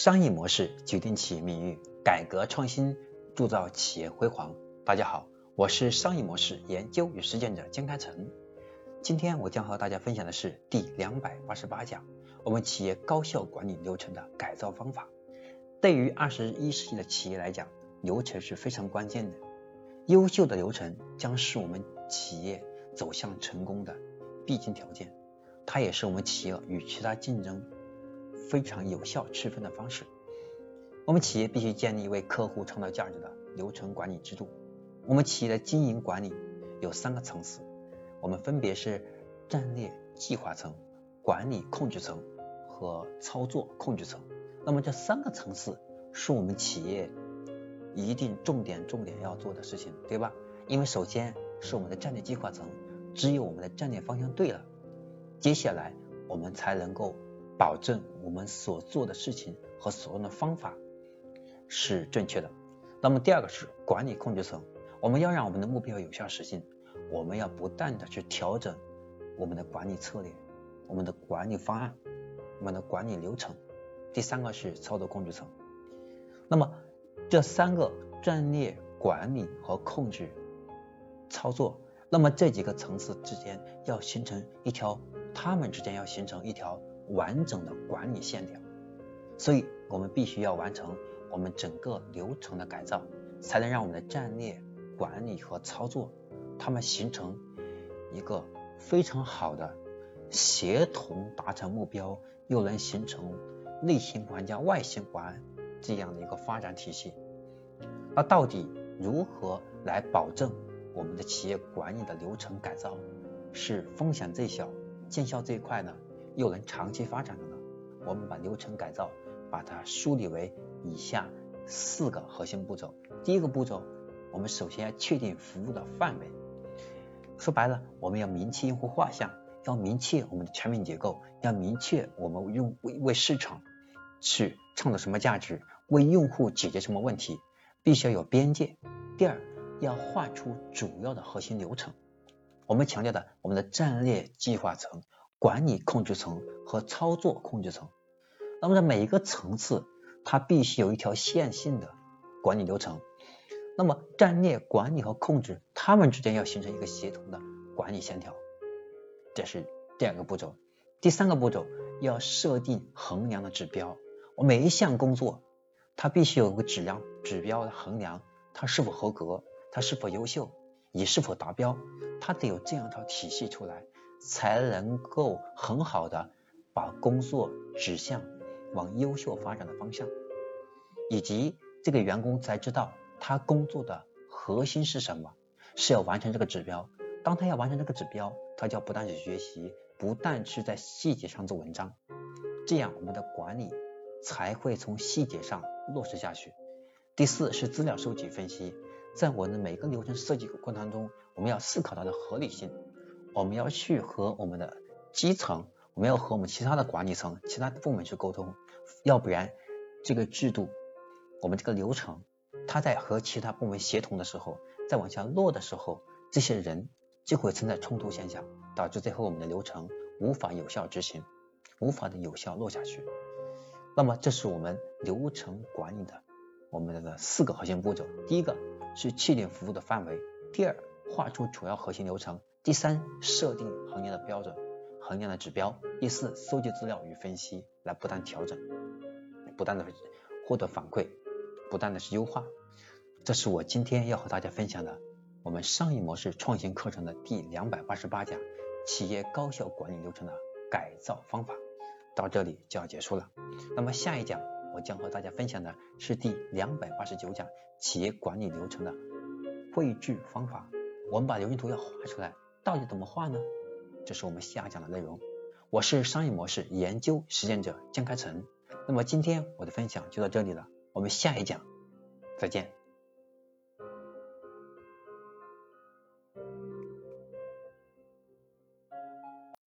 商业模式决定企业命运，改革创新铸造企业辉煌。大家好，我是商业模式研究与实践者江开成。今天我将和大家分享的是第288讲，我们企业高效管理流程的改造方法。对于21世纪的企业来讲，流程是非常关键的。优秀的流程将是我们企业走向成功的必经条件，它也是我们企业与其他竞争非常有效区分的方式。我们企业必须建立为客户创造价值的流程管理制度。我们企业的经营管理有3个层次，我们分别是战略计划层、管理控制层和操作控制层。那么这3个层次是我们企业一定重点要做的事情，对吧？因为首先是我们的战略计划层，只有我们的战略方向对了，接下来我们才能够保证我们所做的事情和所用的方法是正确的。那么第二个是管理控制层，我们要让我们的目标有效实现，我们要不断的去调整我们的管理策略、我们的管理方案、我们的管理流程。第3个是操作控制层。那么这3个战略、管理和控制、操作，那么这几个层次之间要形成一条，它们之间要形成一条完整的管理线条。所以我们必须要完成我们整个流程的改造，才能让我们的战略、管理和操作它们形成一个非常好的协同达成目标，又能形成内循环加外循环这样的一个发展体系。那到底如何来保证我们的企业管理的流程改造是风险最小、见效最快呢？又能长期发展的呢？我们把流程改造把它梳理为以下4个核心步骤。第一个步骤，我们首先要确定服务的范围。说白了，我们要明确用户画像，要明确我们的产品结构，要明确我们为市场去创造什么价值，为用户解决什么问题，必须要有边界。第二，要画出主要的核心流程。我们强调的我们的战略计划层、管理控制层和操作控制层。那么在每一个层次，它必须有一条线性的管理流程。那么战略、管理和控制，它们之间要形成一个协同的管理线条。这是第2个步骤。第3个步骤，要设定衡量的指标。我每一项工作，它必须有个指标的衡量，它是否合格，它是否优秀，也是否达标，它得有这样一套体系出来，才能够很好的把工作指向往优秀发展的方向，以及这个员工才知道他工作的核心是什么，是要完成这个指标。当他要完成这个指标，他就要不断去学习，不断是在细节上做文章，这样我们的管理才会从细节上落实下去。第4是资料收集分析。在我们的每个流程设计过程当中，我们要思考它的合理性，我们要去和我们的基层，我们要和我们其他的管理层、其他的部门去沟通，要不然这个制度，我们这个流程，它在和其他部门协同的时候，再往下落的时候，这些人就会存在冲突现象，导致最后我们的流程无法有效执行，无法的有效落下去。那么这是我们流程管理的我们的4个核心步骤。第一个是确定服务的范围，第2，画出主要核心流程，第3，设定衡量的标准、衡量的指标，第4，搜集资料与分析，来不断调整，不断的获得反馈，不断的是优化。这是我今天要和大家分享的我们商业模式创新课程的第288讲，企业高效管理流程的改造方法，到这里就要结束了。那么下一讲我将和大家分享的是第289讲，企业管理流程的绘制方法。我们把流程图要画出来，到底怎么画呢？这是我们下讲的内容。我是商业模式研究实践者江开成。那么今天我的分享就到这里了，我们下一讲再见。